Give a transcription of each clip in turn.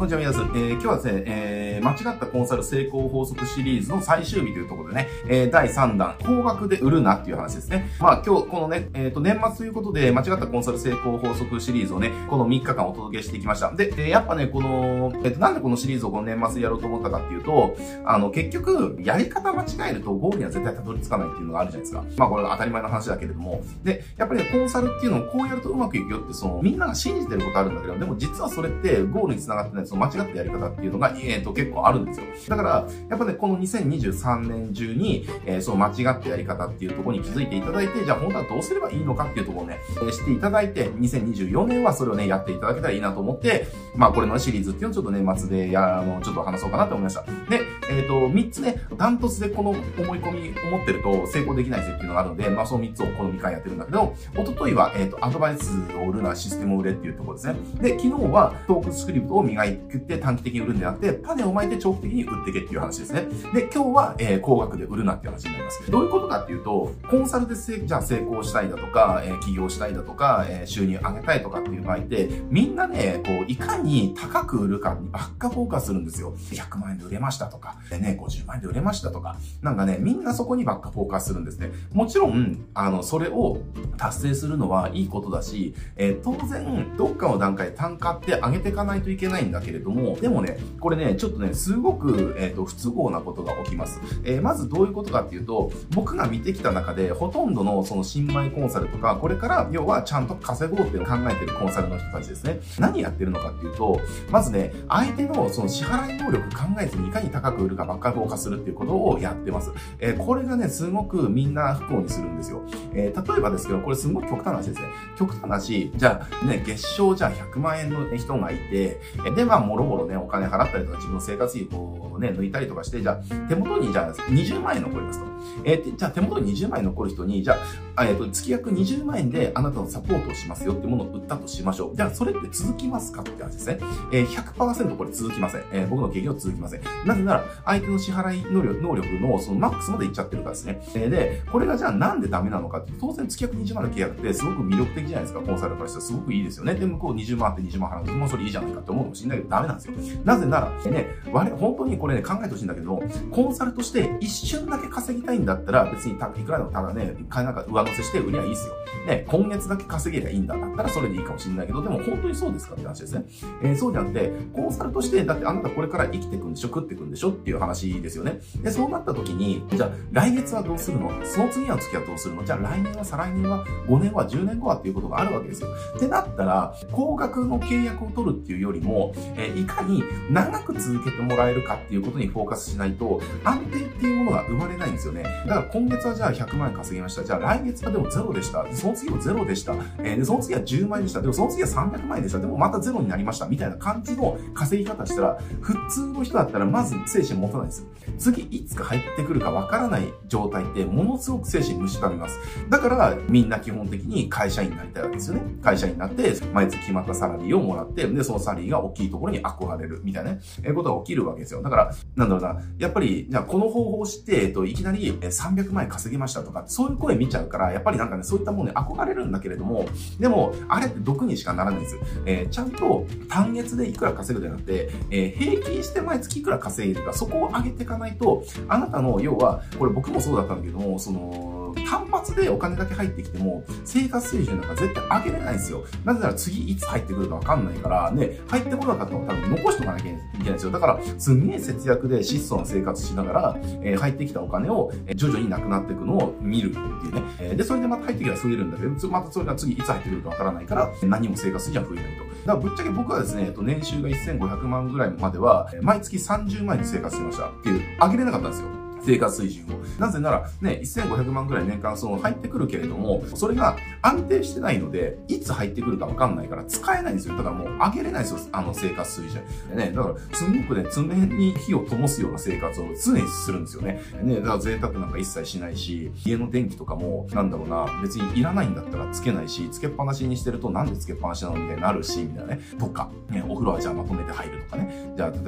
こんにちは、皆さん。今日はですね、間違ったコンサル成功法則シリーズの最終日というところでね、第3弾、高額で売るなっていう話ですね。まあ今日、このね、年末ということで、間違ったコンサル成功法則シリーズをね、この3日間お届けしてきました。で、やっぱね、この、なんでこのシリーズをこの年末でやろうと思ったかっていうと、結局、やり方間違えるとゴールには絶対たどり着かないっていうのがあるじゃないですか。まあこれが当たり前の話だけれども。で、やっぱりね、コンサルっていうのをこうやるとうまくいくよって、みんなが信じてることあるんだけど、でも実はそれってゴールに繋がってない、間違ったやり方っていうのが、結構あるんですよ。だから、やっぱね、この2023年中に、間違ったやり方っていうところに気づいていただいて、じゃあ本当はどうすればいいのかっていうところをね、知っていただいて、2024年はそれをね、やっていただけたらいいなと思って、まあこれのシリーズっていうのをちょっと年末でちょっと話そうかなと思いました。で、3つね、ダントツでこの思い込みを持ってると成功できないぜっていうのがあるので、まあその3つをこの2回やってるんだけど、一昨日は、アドバイスを売るな、システムを売れっていうところですね。で、昨日はトークスクリプトを磨いて短期的に売るんじゃなくて、種をまいて長期的に売っていけっていう話ですね。で、今日は、高額で売るなっていう話になります。どういうことかっていうと、コンサルでじゃあ成功したいだとか、起業したいだとか、収入上げたいとかっていう場合って、みんなね、いかに高く売るかにばっかフォーカスするんですよ。100万円で売れましたとか、50万円で売れましたとか、なんかね、みんなそこにばっかフォーカスするんですね。もちろん、それを達成するのはいいことだし、当然、どっかの段階で単価って上げていかないといけないんだけれども、でもね、これね、ちょっとね、すごく、不都合なことが起きます。まずどういうことかっていうと、僕が見てきた中で、ほとんどのその新米コンサルとか、これから要はちゃんと稼ごうっていうのを考えてるコンサルの人たちですね。何やってるのかっていうと、まずね、相手のその支払い能力考えずにいかに高く売るかばっかりフォーカスするっていうことをやってます。これがね、すごくみんな不幸にするんですよ。例えばですけど、これすごく極端な話ですね。極端な話、じゃあね、月賞じゃあ100万円の人がいて、で、まあ、もろもろね、お金払ったりとか自分の生活費をね、抜いたりとかして、じゃあ、手元にじゃあ20万円残りますと。じゃあ手元に20万円残る人に、じゃあ、月約20万円であなたのサポートをしますよってものを売ったとしましょう。じゃあ、それって続きますかって話ですね。100% これ続きません。僕の経験は続きません。なぜなら、相手の支払い能力のそのマックスまでいっちゃってるからですね。で、これがじゃあなんでダメなのかって、当然月約20万の契約ってすごく魅力的じゃないですか。コンサルからしたらすごくいいですよね。で、向こう20万あって20万払うと、もうそれいいじゃないかって思うかもしれないけどダメなんですよ。なぜなら、本当にこれね、考えてほしいんだけど、コンサルとして一瞬だけ稼ぎたいんだったら、別にいくらでもただね、なんか上乗せして売りゃいいですよ。ね、今月だけ稼げりゃいいんだったらそれでいいかもしれないけど、でも本当にそうですかって話ですね。そうじゃなくて、コンサルとして、だってあなたこれから生きていくんでしょ、食っていくんでしょっていう話ですよね。で、そうなった時に、じゃあ来月はどうするの？その次の月はどうするの？じゃあ来年は再来年は5年は10年後はっていうことがあるわけですよ。ってなったら、高額の契約を取るっていうよりも、いかに長く続けてもらえるかっていうことにフォーカスしないと、安定っていうものが生まれないんですよね。だから今月はじゃあ100万円稼ぎました。じゃあ来月はでもゼロでした。その次もゼロでした。で、その次は10万円でした。でもその次は300万円でした。でもまたゼロになりました。みたいな感じの稼ぎ方したら、普通の人だったらまず精神持たないですよ。次いつか入ってくるかわからない状態ってものすごく精神蝕みます。だからみんな基本的に会社員になりたいわけですよね。会社員になって毎月決まったサラリーをもらって、で、そのサラリーが大きいところに憧れるみたいなことが起きるわけですよ。だから、なんだろうな、やっぱり、じゃあこの方法を知って、いきなり300万円稼ぎましたとか、そういう声見ちゃうから、やっぱりなんかね、そういったものに憧れるんだけれども、でも、あれって毒にしかならないんですよ。ちゃんと単月でいくら稼ぐじゃなくて、平均して毎月いくら稼げるか、そこを上げていかないと、あなたの、要は、これ僕もそうだったんだけども、単発でお金だけ入ってきても、生活水準なんか絶対上げれないんですよ。なぜなら次いつ入ってくるかわかんないから、ね、入ってこなかったの多分残しとかなきゃいけないんですよ。だから、すんげえ節約で質素な生活しながら、入ってきたお金を徐々になくなっていくのを見るっていうね。で、それでまた入ってきたら増えるんだけど、またそれが次いつ入ってくるかわからないから、何も生活水準は増えないと。だからぶっちゃけ僕はですね、年収が1500万ぐらいまでは、毎月30万円で生活してましたっていう、上げれなかったんですよ。生活水準を。なぜなら、ね、1500万ぐらい年間入ってくるけれども、それが安定してないので、いつ入ってくるかわかんないから使えないんですよ。だからもう上げれないですよ、生活水準。ね、だから、すごくね、常に火を灯すような生活を常にするんですよね。ね、だから贅沢なんか一切しないし、家の電気とかも、なんだろうな、別にいらないんだったらつけないし、つけっぱなしにしてるとなんでつけっぱなしなのみたいになるし、みたいなね。とか、ね、お風呂はじゃあまとめて入るとかね。じゃあ、例えば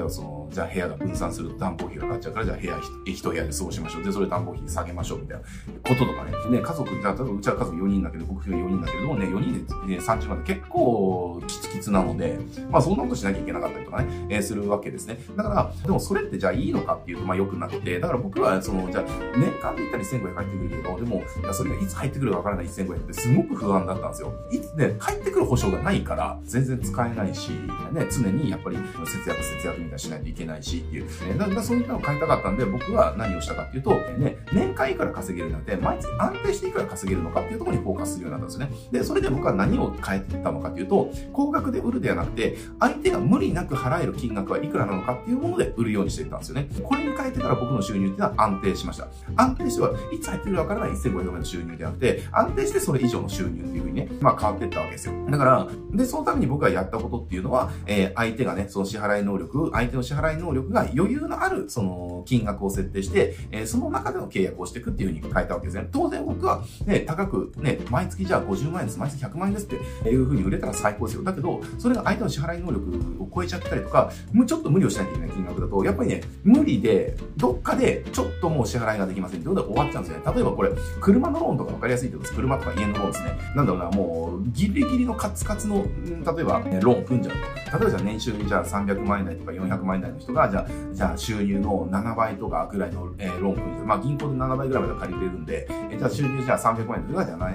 じゃあ部屋が分散すると暖房費がかかっちゃうから、じゃあ一部屋で過ごしましょう。で、それ暖房費下げましょうみたいなこととかね。家族、じゃあ、例えばうちは家族4人だけど、僕が4人だけれどもね、4人で、30万って結構キツキツなので、そんなことしなきゃいけなかったりとかね、するわけですね。だから、でもそれってじゃあいいのかっていうと、良くなくて、だから僕は、じゃあ、年間で言ったら1500入ってくるけど、でも、それがいつ入ってくるかわからない1500ってすごく不安だったんですよ。いつね、入ってくる保証がないから、全然使えないし、ね、常にやっぱり節約みたいなしないといけないしっていう。だからそういったのを変えたかったんで、僕は何をしたかっていうと、年間いくら稼げるなんて、毎月安定していくら稼げるのかっていうところにフォーカスするようになったんですよね。で、それで僕は何を変えていったのかっていうと、高額で売るではなくて、相手が無理なく払える金額はいくらなのかっていうもので売るようにしていったんですよね。これに変えてから僕の収入っていうのは安定しました。安定してはいつ入ってくるかわからない1500円の収入ではなくて、安定してそれ以上の収入っていう風にね、変わっていったわけですよ。だから、で、そのために僕がやったことっていうのは、相手がね、その相手の支払い能力が余裕のある、その金額を設定して、その中での契約をしていくっていう風に変えたわけですね。当然僕はね、高くね、毎月じゃあ50万円です、毎月100万円ですっていう風に売れたら最高ですよ。だけど、それが相手の支払い能力を超えちゃったりとか、ちょっと無理をしなきゃいけない金額だと、やっぱりね、無理で、どっかでちょっともう支払いができませんってことで終わっちゃうんですよね。例えばこれ、車のローンとか分かりやすいけど、車とか家のローンですね。なんだろうな、もう、ギリギリのカツカツの、例えば、ローン組んじゃうと。例えばじゃあ年収じゃあ300万円台とか400万円台の人が、じゃあ収入の7倍とかぐらいの、ローン組んで、銀行で7倍ぐらいまで借りれるんで、じゃあ収入じゃあ300万円の人が、じゃあ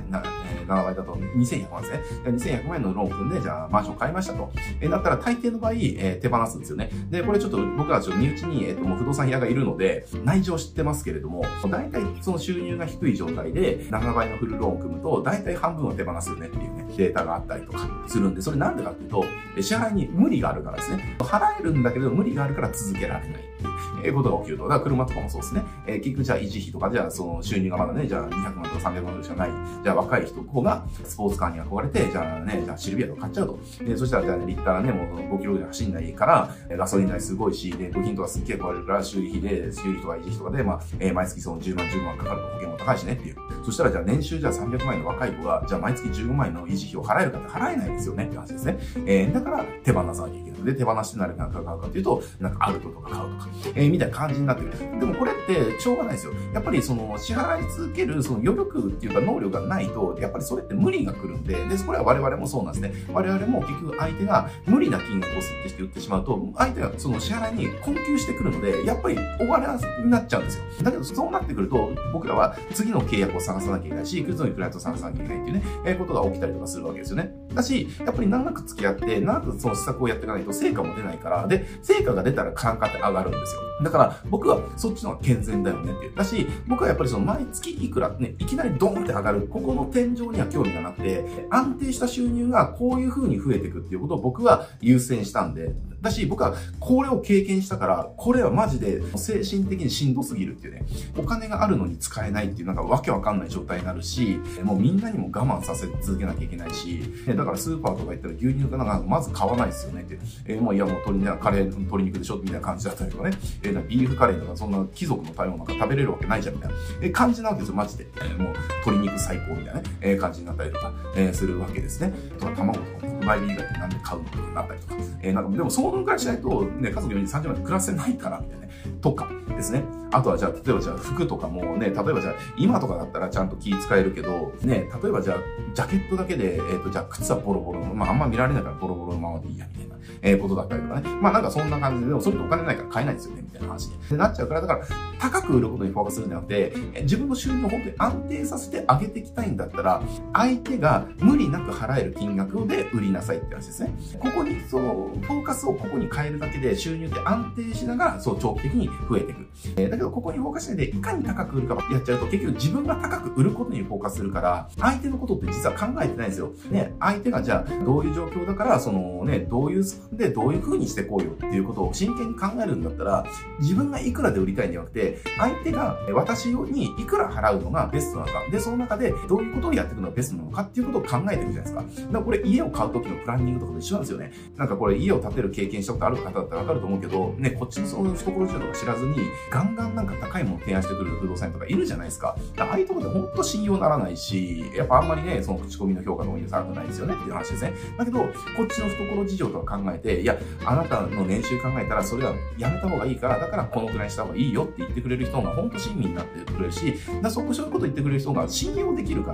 7倍だと2100万ですね。2100万円のローン組んで、じゃあマンション買いましたと。だったら大抵の場合、手放すんですよね。で、これちょっと僕は身内に、もう不動産屋がいるので、内情知ってますけれども、大体その収入が低い状態で7倍のフルローンを組むと、大体半分は手放すよねっていうね、データがあったりとかするんで、それなんでかっていうと、支払いに無理があるからですね。払えるんだけど無理があるから続けられないっていうことが起きると。だから車とかもそうですね。結局じゃあ維持費とか、じゃあその収入がまだね、じゃあ200万とか300万とかしかない。じゃあ若い人方がスポーツカーに憧れて、じゃあシルビアとか買っちゃうと。そしたらじゃあリッターね、もう5キロぐらい走んないから、ガソリン代すごいし、で、部品とかすっげえ壊れるから、修理費とか維持費とかで、毎月その10万かかると保険も高いしねっていう。そしたらじゃあ年収じゃあ300万円の若い子が、じゃあ毎月15万円の維持費を払えるかって払えないですよねって話ですね。だから手放さなきゃいけない。で、手放して何か買うかっていうと、アルトとか買うとか、みたいな感じになってくる。でもこれってしょうがないですよ。やっぱりその支払い続けるその余力っていうか能力がないと、やっぱりそれって無理が来るんで、これは我々もそうなんですね。我々も結局相手が無理な金額を設定して売ってしまうと、相手がその支払いに困窮してくるので、やっぱり終わらになっちゃうんですよ。だけどそうなってくると、僕らは次の契約を探さなきゃいけないし、次のクライアントを探さなきゃいけないっていうね、ことが起きたりとかするわけですよね。だし、やっぱり長く付き合って、長くその施策をやっていかないと成果も出ないから、で、成果が出たら単価って上がるんですよ。だから僕はそっちの方が健全だよねっていう。だし、僕はやっぱりその毎月いくらね、いきなりドンって上がる、ここの天井には興味がなくて、安定した収入がこういう風に増えていくっていうことを僕は優先したんで、だし、僕はこれを経験したから、これはマジで精神的にしんどすぎるっていうね、お金があるのに使えないっていうなんかわけわかんない状態になるし、もうみんなにも我慢させ続けなきゃいけないし、だからスーパーとか行ったら牛乳がまず買わないですよねって。もういやもうカレー、鶏肉でしょみたいな感じだったりとかね。ビーフカレーとかそんな貴族の食べ物なんか食べれるわけないじゃんみたいな感じなわけですよ、マジで。もう鶏肉最高みたいなね、感じになったりとか、するわけですね。とか卵とかも倍以外ってなんで買うのとかなったりとか。なんかでもそのぐらいしないとね、家族4人30万で暮らせないからみたいなね。とかですね。あとはじゃあ、例えばじゃあ服とかもね、例えばじゃあ今とかだったらちゃんと気使えるけど、ね、例えばじゃあジャケットだけで、じゃあ靴はボロボロの、あんま見られないからボロボロのままでいいや、みたいな、ことだったりとかね。なんかそんな感じで、でもそれってお金ないから買えないですよね、みたいな話でなっちゃうから、だから高く売ることにフォーカスするんじゃなくて、自分の収入を本当に安定させて上げていきたいんだったら、相手が無理なく払える金額で売りなさいって話ですね。ここに、その、フォーカスをここに変えるだけで収入って安定しながら、そう、長期的に増えていく。だけど、ここにフォーカスしないで、いかに高く売るかやっちゃうと、結局自分が高く売ることにフォーカスするから、相手のことって実は考えてないんですよ。ね、相手がじゃあ、どういう状況だから、そのね、どういうスパンでどういう風にしてこうよっていうことを真剣に考えるんだったら、自分がいくらで売りたいんじゃなくて、相手が私にいくら払うのがベストなのか、で、その中でどういうことをやっていくのがベストなのかっていうことを考えていくじゃないですか。だからこれ家を買う時のプランニングとかと一緒なんですよね。なんかこれ家を建てる経験したことある方だったらわかると思うけど、ね、こっちのその懐事情とか知らずに、ガンガンなんか高いものを提案してくる不動産屋とかいるじゃないですか。だからああいうところで本当信用ならないし、やっぱあんまりね、その口コミの評価の方に高くないですよねっていう話ですね。だけど、こっちの懐事情とか考ええて、いや、あなたの年収考えたらそれはやめた方がいいから、だからこのくらいした方がいいよって言ってくれる人が本当親身になってくれるし、そういうこと言ってくれる人が信用できるから、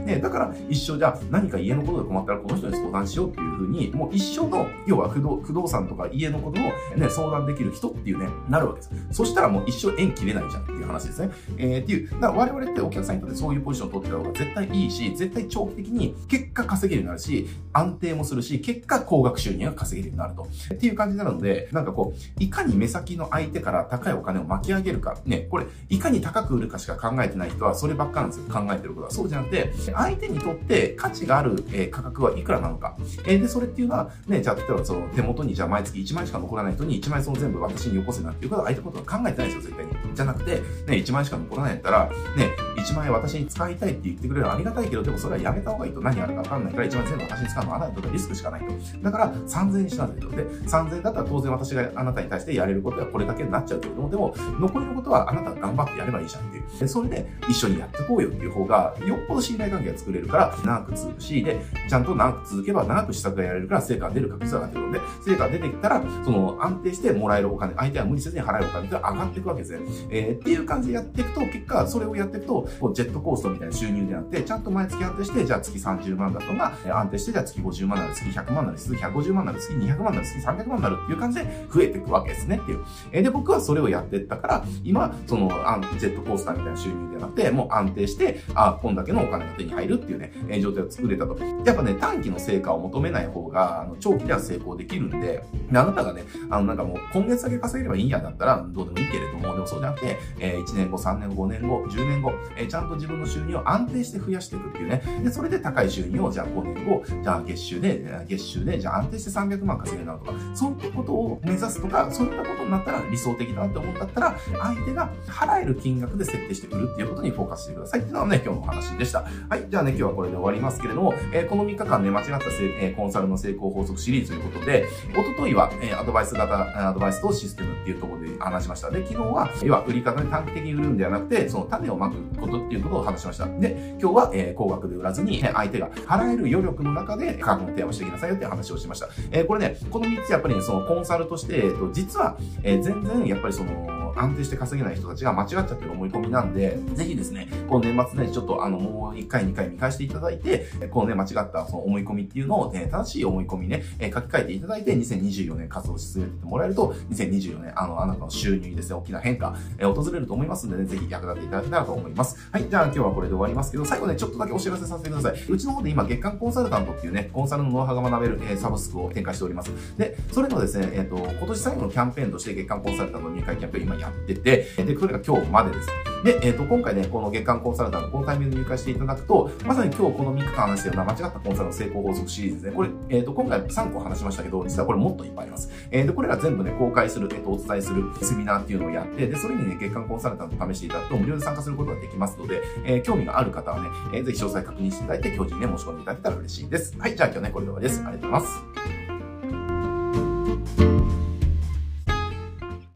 ね、だから一生じゃあ何か家のことで困ったらこの人に相談しようっていう風に、もう一生の、要は不動産とか家のことをね、相談できる人っていうね、なるわけです。そしたらもう一生縁切れないじゃんっていう話ですね。っていう、だから我々ってお客さんにとってそういうポジションを取ってた方が絶対いいし、絶対長期的に結果稼げるようになるし、安定もするし、結果高額収入が稼げるようになると。っていう感じなので、なんかこう、いかに目先の相手から高いお金を巻き上げるか、ね、これ、いかに高く売るかしか考えてない人はそればっかなんですよ。考えてることは。そうじゃなくて、相手にとって価値がある価格はいくらなのか。で、それっていうのは、ね、じゃあ例えばその手元にじゃあ毎月1万円しか残らない人に1万円その全部私によこせなんていうことは相手のことは考えてないですよ、絶対に。じゃなくて、ね、1万円しか残らないんだったら、ね、1万円私に使いたいって言ってくれるのはありがたいけど、でもそれはやめた方がいいと。何やるかわかんないから1万円全部私に使うのはあなたにとってリスクしかないと。だから3000円にしたんだけど、で、3000円だったら当然私があなたに対してやれることはこれだけになっちゃうけれども、でも残りのことはあなたが頑張ってやればいいじゃんっていう。で、それで一緒にやっていこうよっていう方が、よっぽど信頼関係が作れるから長く続くし、で、ちゃんと長く続けば長く施策がやれるから成果が出る確率が上がってくるので、成果が出てきたら、その安定してもらえるお金、相手は無理せずに払えるお金が上がっていくわけですね。っていう感じでやっていくと、結果、それをやっていくと、こうジェットコーストみたいな収入であって、ちゃんと毎月安定して、じゃあ月30万だとか、安定して、じゃあ月50万なる、月100万なる、月150万なる、月200万なる、月300万なるっていう感じで増えていくわけですねっていう。で、僕はそれをやっていったから、今、その、ジェットコースターみたいな収入ではなくて、もう安定して、こんだけのお金が手に入るっていうね、状態を作れたと。やっぱね、短期の成果を求めない方が、長期では成功できるんで、あなたがね、なんかもう今月だけ稼げればいいやだったらどうでもいいけれども、でもそうじゃなくて、1年後、3年後、5年後、10年後、ちゃんと自分の収入を安定して増やしていくっていうね。で、それで高い収入を、じゃあ5年後、じゃあ月収で、じゃあ安定して300万稼げるなとか、そういったことを目指すとか、そういったことになったら理想的だなって思うんだったら、相手が払える金額で設定してくるっていうことにフォーカスしてくださいっていうのがね、今日のお話でした。はい。じゃあね、今日はこれで終わりますけれども、この3日間ね、間違ったコンサルの成功法則シリーズということで、一昨日は、アドバイスとシステムっていうところで話しました。で、昨日は、要は売り方で短期的に売るんではなくて、その種をまくことっていうことを話しました。で、今日は、高額で売らずに、相手が払える余力の中で価格の提案をしていきなさいよっていう話をしました。これね、この3つやっぱりね、そのコンサルとして、実は、全然やっぱりその、安定して稼げない人たちが間違っちゃってる思い込みなんで、ぜひですね、この年末ね、ちょっともう1回2回見返していただいて、このね、間違ったその思い込みっていうのを、正しい思い込みね、書き換えていただいて、2024年活動を進めてもらえると、2024年、あなたの収入にですね、大きな変化、訪れると思いますのでね、ぜひ役立てていただけたらと思います。はい、じゃあ今日はこれで終わりますけど、最後ね、ちょっとだけお知らせさせてください。うちの方で今、月間コンサルタントっていうね、コンサルのノウハウが学べる、サブスクを展開しております。で、それのですね、今年最後のキャンペーンとして月間コンサルタントの入会キャンペーン今やってて、で、それが今日までです。で、今回ね、この月間コンサルタント、このタイミングで入会していただくと、まさに今日この3日間話してるような間違ったコンサルの成功法則シリーズですね。これ、今回3個話しましたけど、実はこれもっといっぱいあります。で、これら全部ね、公開する、お伝えするセミナーっていうのをやって、で、それにね、月間コンサルタント試していただくと無料で参加することができますので、興味がある方はね、ぜひ詳細確認していただいて、今日中にね、申し込んでいただけたら嬉しいです。はい、じゃあ今日ね、これで終わりです。ありがとうございます。